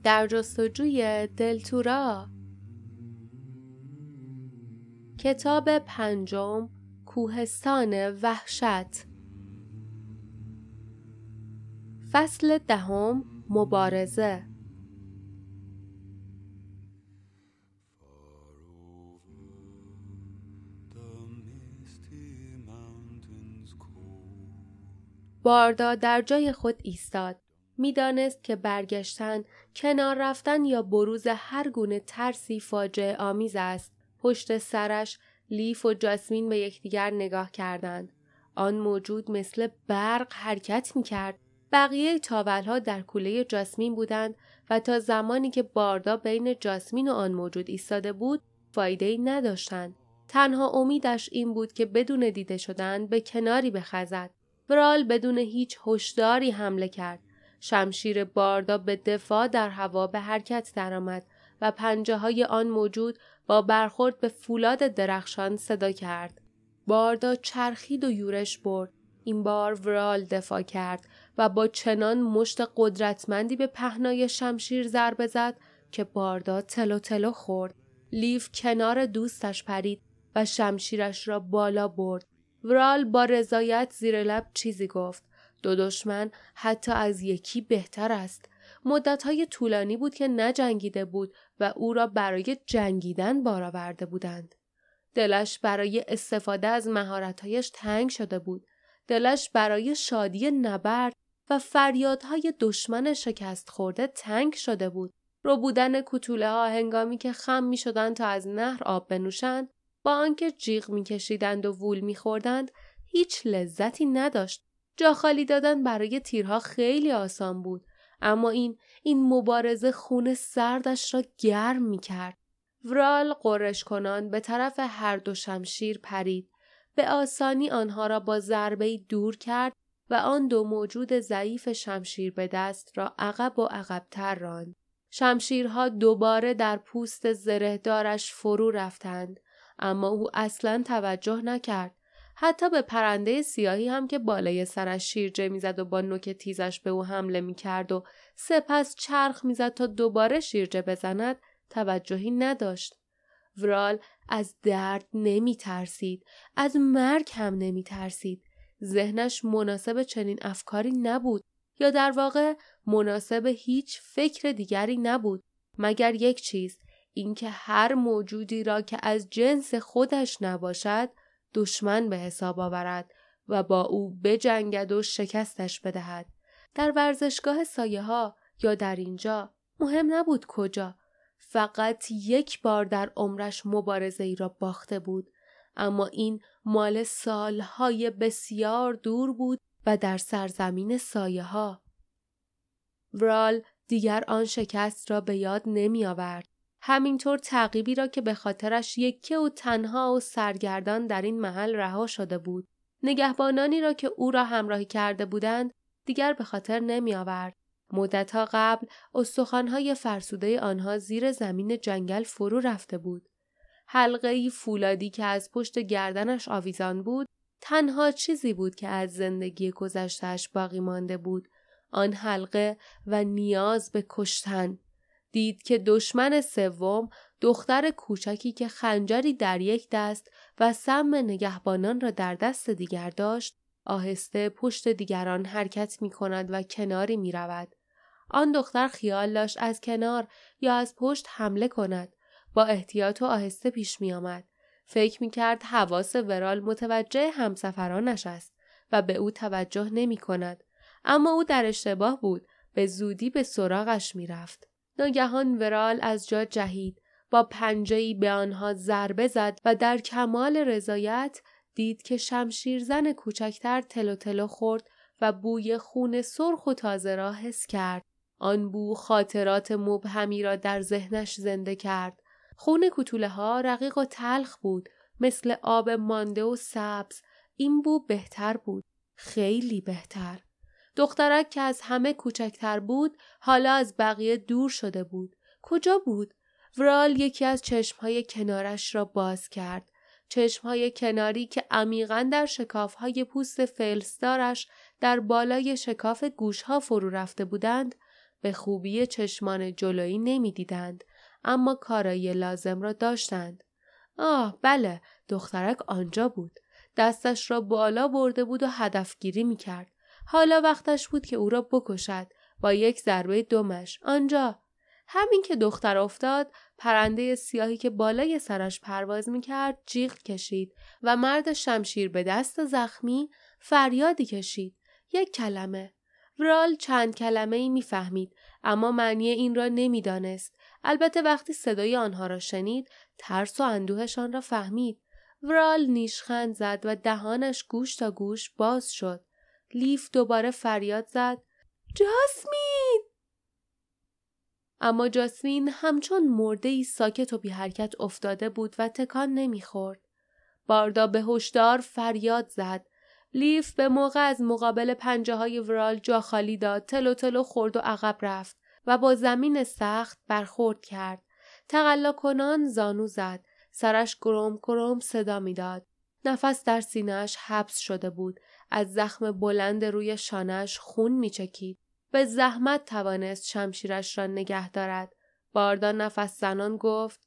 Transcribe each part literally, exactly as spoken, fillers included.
در جستجوی دلتورا. کتاب پنجم، کوهستان وحشت. فصل دهم، مبارزه. باردا در جای خود ایستاد. می‌دانست که برگشتن، کنار رفتن یا بروز هر گونه ترسی فاجعه آمیز است. پشت سرش لیف و جاسمین به یکدیگر نگاه کردند. آن موجود مثل برق حرکت می‌کرد. بقیه تاول‌ها در کوله جاسمین بودند و تا زمانی که باردا بین جاسمین و آن موجود ایستاده بود، فایده‌ای نداشتند. تنها امیدش این بود که بدون دیده شدن به کناری بخزد. ورال بدون هیچ هشداری حمله کرد. شمشیر باردا به دفاع در هوا به حرکت درآمد و پنجه‌های آن موجود با برخورد به فولاد درخشان صدا کرد. باردا چرخید و یورش برد. این بار ورال دفاع کرد و با چنان مشت قدرتمندی به پهنای شمشیر ضربه زد که باردا تلو تلو خورد. لیف کنار دوستش پرید و شمشیرش را بالا برد. ورال با رضایت زیر لب چیزی گفت. دو دشمن حتی از یکی بهتر است. مدت‌های طولانی بود که نجنگیده بود و او را برای جنگیدن بار آورده بودند. دلش برای استفاده از مهارت‌هایش تنگ شده بود. دلش برای شادی نبرد و فریادهای دشمن شکست خورده تنگ شده بود. ربودن کوتوله‌ها هنگامی که خم می‌شدند تا از نهر آب بنوشند، با آنکه جیغ می‌کشیدند و وول می‌خوردند، هیچ لذتی نداشت. جا خالی دادن برای تیرها خیلی آسان بود، اما این این مبارزه خون سردش را گرم می‌کرد. ورال غرش کنان به طرف هر دو شمشیر پرید. به آسانی آنها را با ضربه‌ای دور کرد و آن دو موجود ضعیف شمشیر به دست را عقب و عقب‌تر راند. شمشیرها دوباره در پوست زرهدارش فرو رفتند، اما او اصلاً توجه نکرد. حتی به پرنده سیاهی هم که بالای سرش شیرجه میزد و با نوک تیزش به او حمله میکرد و سپس چرخ میزد تا دوباره شیرجه بزند توجهی نداشت. ورال از درد نمی ترسید، از مرگ هم نمی ترسید. ذهنش مناسب چنین افکاری نبود، یا در واقع مناسب هیچ فکر دیگری نبود مگر یک چیز، اینکه هر موجودی را که از جنس خودش نباشد دشمن به حساب آورد و با او بجنگد و شکستش بدهد. در ورزشگاه سایه ها یا در اینجا، مهم نبود کجا، فقط یک بار در عمرش مبارزه ای را باخته بود، اما این مال سالهای بسیار دور بود و در سرزمین سایه ها. ورال دیگر آن شکست را به یاد نمی آورد. همینطور تعقیبی را که به خاطرش یکه و تنها و سرگردان در این محل رها شده بود. نگهبانانی را که او را همراهی کرده بودند دیگر به خاطر نمی آورد. مدتها قبل استخوان‌های فرسوده آنها زیر زمین جنگل فرو رفته بود. حلقه‌ای فولادی که از پشت گردنش آویزان بود تنها چیزی بود که از زندگی گذشته‌اش باقی مانده بود. آن حلقه و نیاز به کشتن. دید که دشمن سوم، دختر کوچکی که خنجری در یک دست و سم نگهبانان را در دست دیگر داشت، آهسته پشت دیگران حرکت می کند و کناری می رود. آن دختر خیال داشت از کنار یا از پشت حمله کند. با احتیاط و آهسته پیش می آمد. فکر می کرد حواس ورال متوجه همسفرانش است و به او توجه نمی کند. اما او در اشتباه بود. به زودی به سراغش می رفت. ناگهان ورال از جا جهید. با پنجه‌ای به آنها ضربه زد و در کمال رضایت دید که شمشیرزن کوچکتر تلو تلو خورد و بوی خون سرخ و تازه را حس کرد. آن بو خاطرات مبهمی را در ذهنش زنده کرد. خون کوتوله ها رقیق و تلخ بود، مثل آب مانده و سبز. این بو بهتر بود، خیلی بهتر. دخترک که از همه کوچکتر بود حالا از بقیه دور شده بود. کجا بود؟ ورال یکی از چشمهای کنارش را باز کرد. چشمهای کناری که عمیقاً در شکافهای پوست فلزدارش در بالای شکاف گوشها فرو رفته بودند، به خوبی چشمان جلویی نمی دیدند، اما کارایی لازم را داشتند. آه بله، دخترک آنجا بود. دستش را بالا برده بود و هدفگیری می کرد. حالا وقتش بود که او را بکشد. با یک ضربه دمش. آنجا. همین که دختر افتاد، پرنده سیاهی که بالای سرش پرواز می کرد جیغ کشید و مرد شمشیر به دست زخمی فریادی کشید. یک کلمه. ورال چند کلمه ای می فهمید، اما معنی این را نمی دانست. البته وقتی صدای آنها را شنید، ترس و اندوهشان را فهمید. ورال نیشخند زد و دهانش گوش تا گوش باز شد. لیف دوباره فریاد زد. جاسمین! اما جاسمین همچون مرده‌ای ساکت و بی حرکت افتاده بود و تکان نمی‌خورد. باردا به هشدار فریاد زد. لیف به موقع از مقابل پنجه‌های ورال جا خالی داد، تلو تلو خورد و عقب رفت و با زمین سخت برخورد کرد. تقلا کنان زانو زد. سرش گرم گرم صدا می‌داد. نفس در سینه‌اش حبس شده بود. از زخم بلند روی شانه‌اش خون می‌چکید. به زحمت توانست شمشیرش را نگه دارد. باردا نفس زنان گفت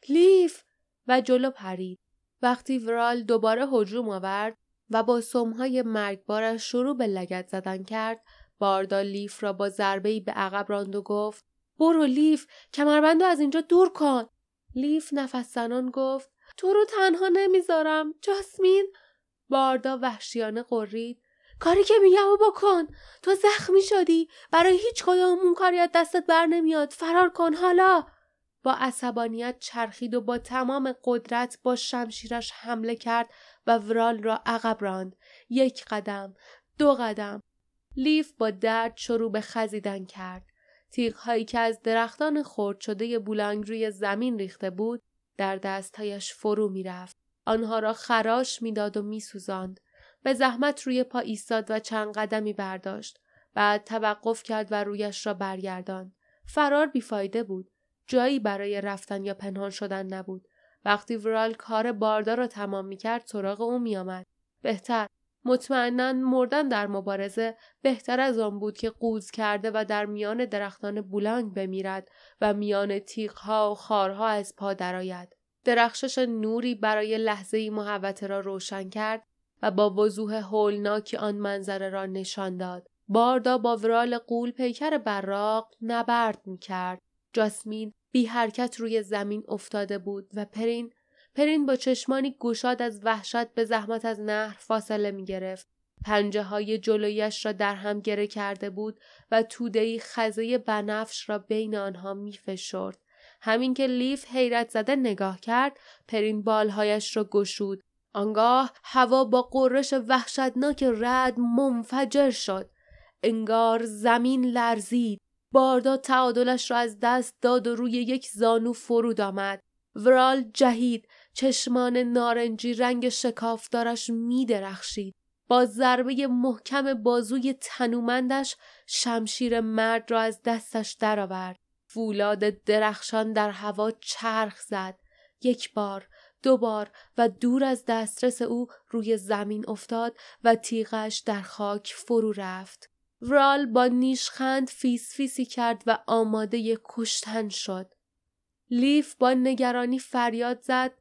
لیف و جلو پرید. وقتی ورال دوباره هجوم آورد و با سمهای مرگبارش شروع به لگد زدن کرد، باردا لیف را با ضربه‌ای به عقب راند و گفت برو لیف، کمربندو از اینجا دور کن. لیف نفس زنان گفت تو رو تنها نمیذارم جاسمین. باردا وحشیانه غرید کاری که میگم و بکن. تو زخمی شدی. برای هیچ کدام اون کاری از دستت بر نمیاد. فرار کن حالا. با عصبانیت چرخید و با تمام قدرت با شمشیرش حمله کرد و ورال را عقب راند. یک قدم، دو قدم. لیف با درد شروع به خزیدن کرد. تیغ‌هایی که از درختان خرد شده بولانگ روی زمین ریخته بود در دستهایش فرو میرفت. آنها را خراش میداد و میسوزاند. به زحمت روی پا ایستاد و چند قدمی برداشت. بعد توقف کرد و رویش را برگرداند. فرار بیفایده بود. جایی برای رفتن یا پنهان شدن نبود. وقتی ورال کار باردا را تمام میکرد سراغ او میآمد. بهتر، مطمئناً مردن در مبارزه بهتر از آن بود که قوز کرده و در میان درختان بولانگ بمیرد و میان تیغ‌ها و خارها از پا درآید. درخشش نوری برای لحظه‌ای محوطه را روشن کرد و با وضوح هولناکی آن منظره را نشان داد. باردا با ورال غول پیکر براق نبرد می‌کرد. جاسمین بی حرکت روی زمین افتاده بود و پرین پرین با چشمانی گشاد از وحشت به زحمت از نهر فاصله می‌گرفت. پنجه‌های جلویش را در هم گره کرده بود و توده‌ای خزه بنفش را بین آنها می‌فشرد. همین که لیف حیرت زده نگاه کرد، پرین بالهایش را گشود. آنگاه هوا با غرش وحشتناک رعد منفجر شد. انگار زمین لرزید. باردا تعادلش را از دست داد و روی یک زانو فرود آمد. ورال جهید. چشمان نارنجی رنگ شکافدارش می درخشید. با ضربه محکم بازوی تنومندش شمشیر مرد را از دستش درآورد. فولاد درخشان در هوا چرخ زد. یک بار، دو بار و دور از دسترس او روی زمین افتاد و تیغش در خاک فرو رفت. ورال با نیشخند فیس فیسی کرد و آماده کشتن شد. لیف با نگرانی فریاد زد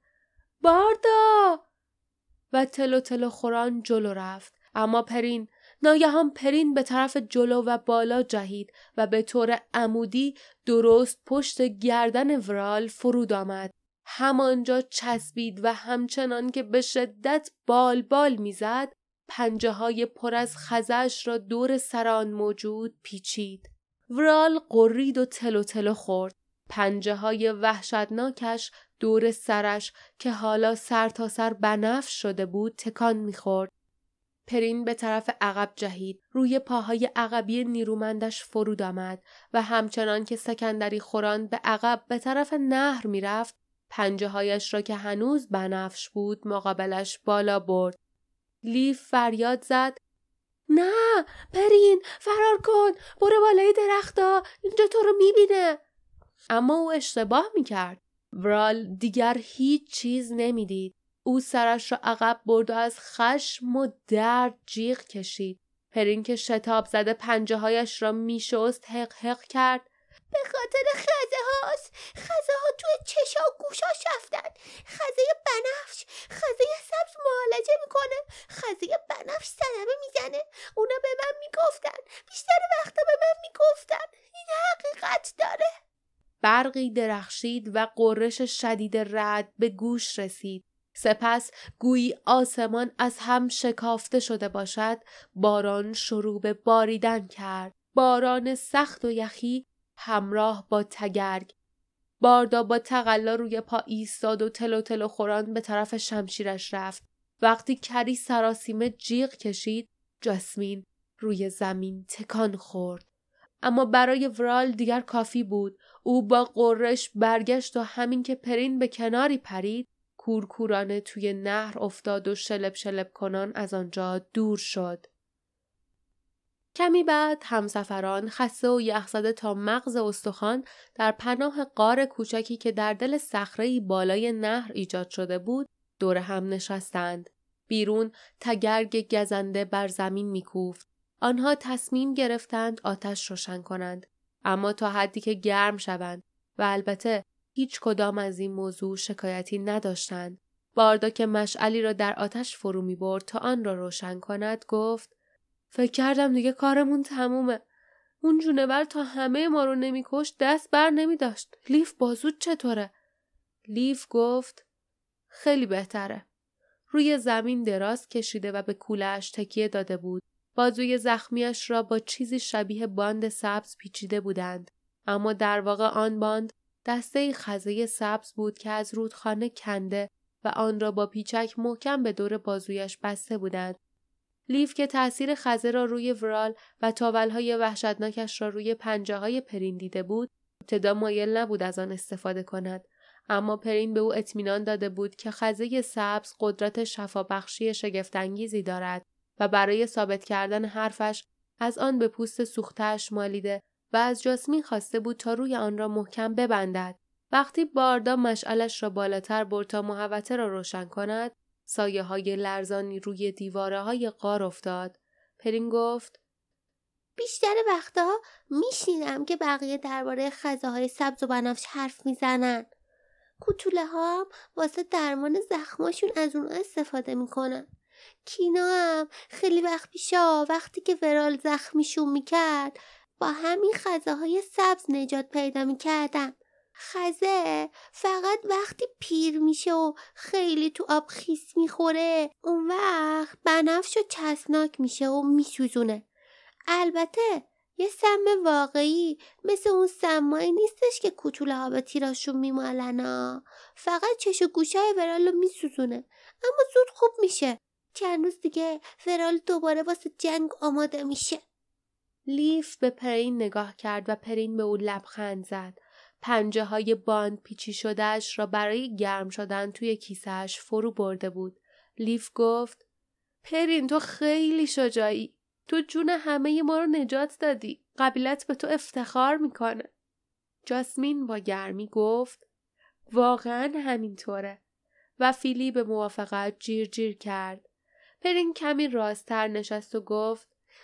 باردا و تلو تلو خوران جلو رفت. اما پرین ناگهان پرین به طرف جلو و بالا جهید و به طور عمودی درست پشت گردن ورال فرود آمد. همانجا چسبید و همچنان که به شدت بال بال میزد پنجه های پر از خزش را دور سر آن موجود پیچید. ورال قرید و تلو تلو خورد. پنجه های وحشتناکش دور سرش که حالا سر تا سر بنفش شده بود تکان میخورد. پرین به طرف عقب جهید. روی پاهای عقبی نیرومندش فرود آمد و همچنان که سکندری خوران به عقب به طرف نهر میرفت پنجه هایش را که هنوز بنفش بود مقابلش بالا برد. لیف فریاد زد نه پرین فرار کن، برو بالای درختا، اینجا تو رو میبینه. اما او اشتباه میکرد. ورال دیگر هیچ چیز نمیدید. او سرش را عقب برد و از خشم و درد جیغ کشید. پرین که شتاب زده پنجه هایش را می شست حق حق کرد. به خاطر خزه هاست. خزه ها توی چشا و گوشاش رفتن. خزه بنفش، خزه سبز معالجه میکنه. خزه بنفش صدمه میزنه. اونا به من میگفتن، بیشتر وقتا به من میگفتن. این حقیقت داره. برقی درخشید و غرش شدید رعد به گوش رسید. سپس گویی آسمان از هم شکافته شده باشد، باران شروع به باریدن کرد. باران سخت و یخی همراه با تگرگ. باردا با تقلا روی پا ایستاد و تلو تلو خوران به طرف شمشیرش رفت. وقتی کری سراسیمه جیغ کشید، جاسمین روی زمین تکان خورد. اما برای ورال دیگر کافی بود. او با غرش برگشت و همین که پرین به کناری پرید، کورکورانه توی نهر افتاد و شلب شلب کنان از آنجا دور شد. کمی بعد همسفران خسته و یخزده تا مغز استخوان در پناه غار کوچکی که در دل صخره‌ای بالای نهر ایجاد شده بود دور هم نشستند. بیرون تگرگ گزنده بر زمین میکوفت. آنها تصمیم گرفتند آتش روشن کنند، اما تا حدی که گرم شوند، و البته هیچ کدام از این موضوع شکایتی نداشتند. باردا که مشعلی را در آتش فرو می برد تا آن را روشن کند گفت: فکر کردم دیگه کارمون تمومه. اون جونور تا همه ما رو نمی کشت دست بر نمی داشت. لیف بازود چطوره؟ لیف گفت: خیلی بهتره. روی زمین دراز کشیده و به کوله‌اش تکیه داده بود. بازوی زخمیش را با چیزی شبیه باند سبز پیچیده بودند، اما در واقع آن باند دسته خزه سبز بود که از رودخانه کنده و آن را با پیچک محکم به دور بازویش بسته بودند. لیف که تأثیر خزه را روی ورال و تاولهای وحشتناکش را روی پنجه های پرین دیده بود، ابتدا مایل نبود از آن استفاده کند، اما پرین به او اطمینان داده بود که خزه سبز قدرت شفابخشی شگفت‌انگیزی دارد و برای ثابت کردن حرفش از آن به پوست سوخته‌اش مالیده و از جاسمین خواسته بود تا روی آن را محکم ببندد. وقتی باردا مشعلش را بالاتر برد تا محوطه را روشن کند، سایه های لرزانی روی دیواره های غار افتاد. پرین گفت: بیشتر وقتا میشنیدم که بقیه درباره خزه های سبز و بنفش حرف میزنن. کوتوله ها هم واسه درمان زخماشون از اون استفاده میکنن. کینا هم خیلی وقت پیشا وقتی که ورال زخمیشون میکرد با همین خزه های سبز نجات پیدا میکردن. خزه فقط وقتی پیر میشه و خیلی تو آب خیس میخوره اون وقت بنفش و چسبناک میشه و میسوزونه. البته یه سم واقعی مثل اون سمایی نیستش که کوتوله ها به تیراشون میمالن ها. فقط چش و گوشای ورالو میسوزونه، اما زود خوب میشه. چند روز دیگه ورال دوباره واسه جنگ آماده میشه. لیف به پرین نگاه کرد و پرین به او لبخند زد. پنجه های باند پیچی شدهش را برای گرم شدن توی کیسهش فرو برده بود. لیف گفت: پرین تو خیلی شجاعی. تو جون همه ما رو نجات دادی. قبیلت به تو افتخار میکنه. جاسمین با گرمی گفت: واقعا همینطوره. و فیلی به موافقت جیر جیر کرد. پرین کمی راستر نشست و گفت: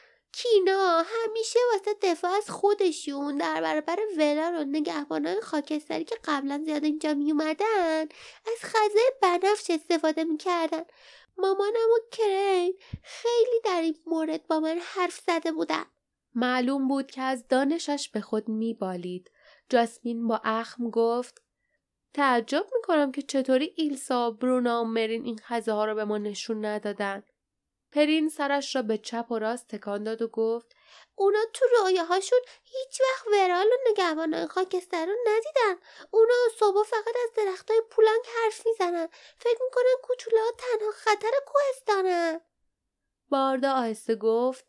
کینا همیشه واسه دفاع از خودشون در برابر ورال و نگهبانای خاکستری که قبلا زیاد اینجا می اومدن از خزه بنفش استفاده میکردن. مامانم و کرین خیلی در این مورد با من حرف زده بودن. معلوم بود که از دانشش به خود میبالید. جاسمین با اخم گفت: تعجب میکنم که چطوری ایلسا، برونا و مرین این خزه ها رو به ما نشون ندادن. پرین سرش را به چپ و راست تکان داد و گفت: اونا تو رویاهاشون هیچ وقت ورال و نگهبانای خاکستر رو ندیدن. اونا صبح فقط از درختای پولانگ حرف میزنن. فکر میکنن کوچوله ها تنها خطر کوهستانن. باردا آهسته گفت: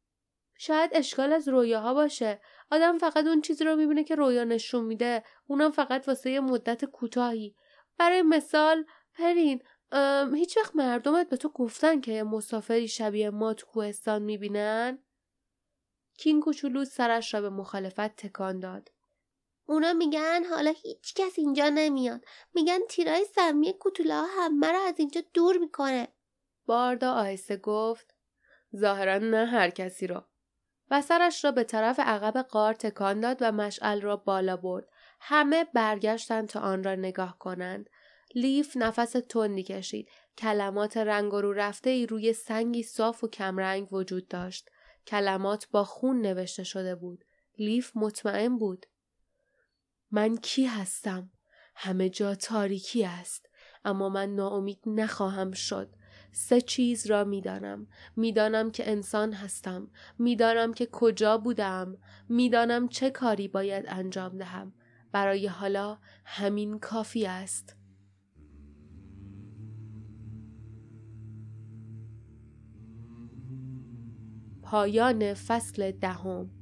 شاید اشکال از رویاها باشه. آدم فقط اون چیزی رو میبینه که رویا نشون میده، اونم فقط واسه یه مدت کوتاهی. برای مثال پرین، هیچ وقت مردمت به تو گفتن که یه مسافری شبیه ما تو کوهستان میبینن؟ کینگ کوچولو سرش را به مخالفت تکان داد. اونا میگن حالا هیچ کس اینجا نمیاد. میگن تیرای سمی کوتوله ها همه رو از اینجا دور میکنه. باردا آهسته گفت: ظاهراً نه هر کسی را. و سرش را به طرف عقب غار تکان داد و مشعل را بالا برد. همه برگشتند تا آن را نگاه کنند. لیف نفس تندی کشید. کلمات رنگ رو رفته ای روی سنگی صاف و کمرنگ وجود داشت. کلمات با خون نوشته شده بود. لیف مطمئن بود. من کی هستم؟ همه جا تاریکی است. اما من ناامید نخواهم شد. سه چیز را میدانم. میدانم که انسان هستم. میدانم که کجا بودم. میدانم چه کاری باید انجام دهم. برای حالا همین کافی است. پایان فصل دهم.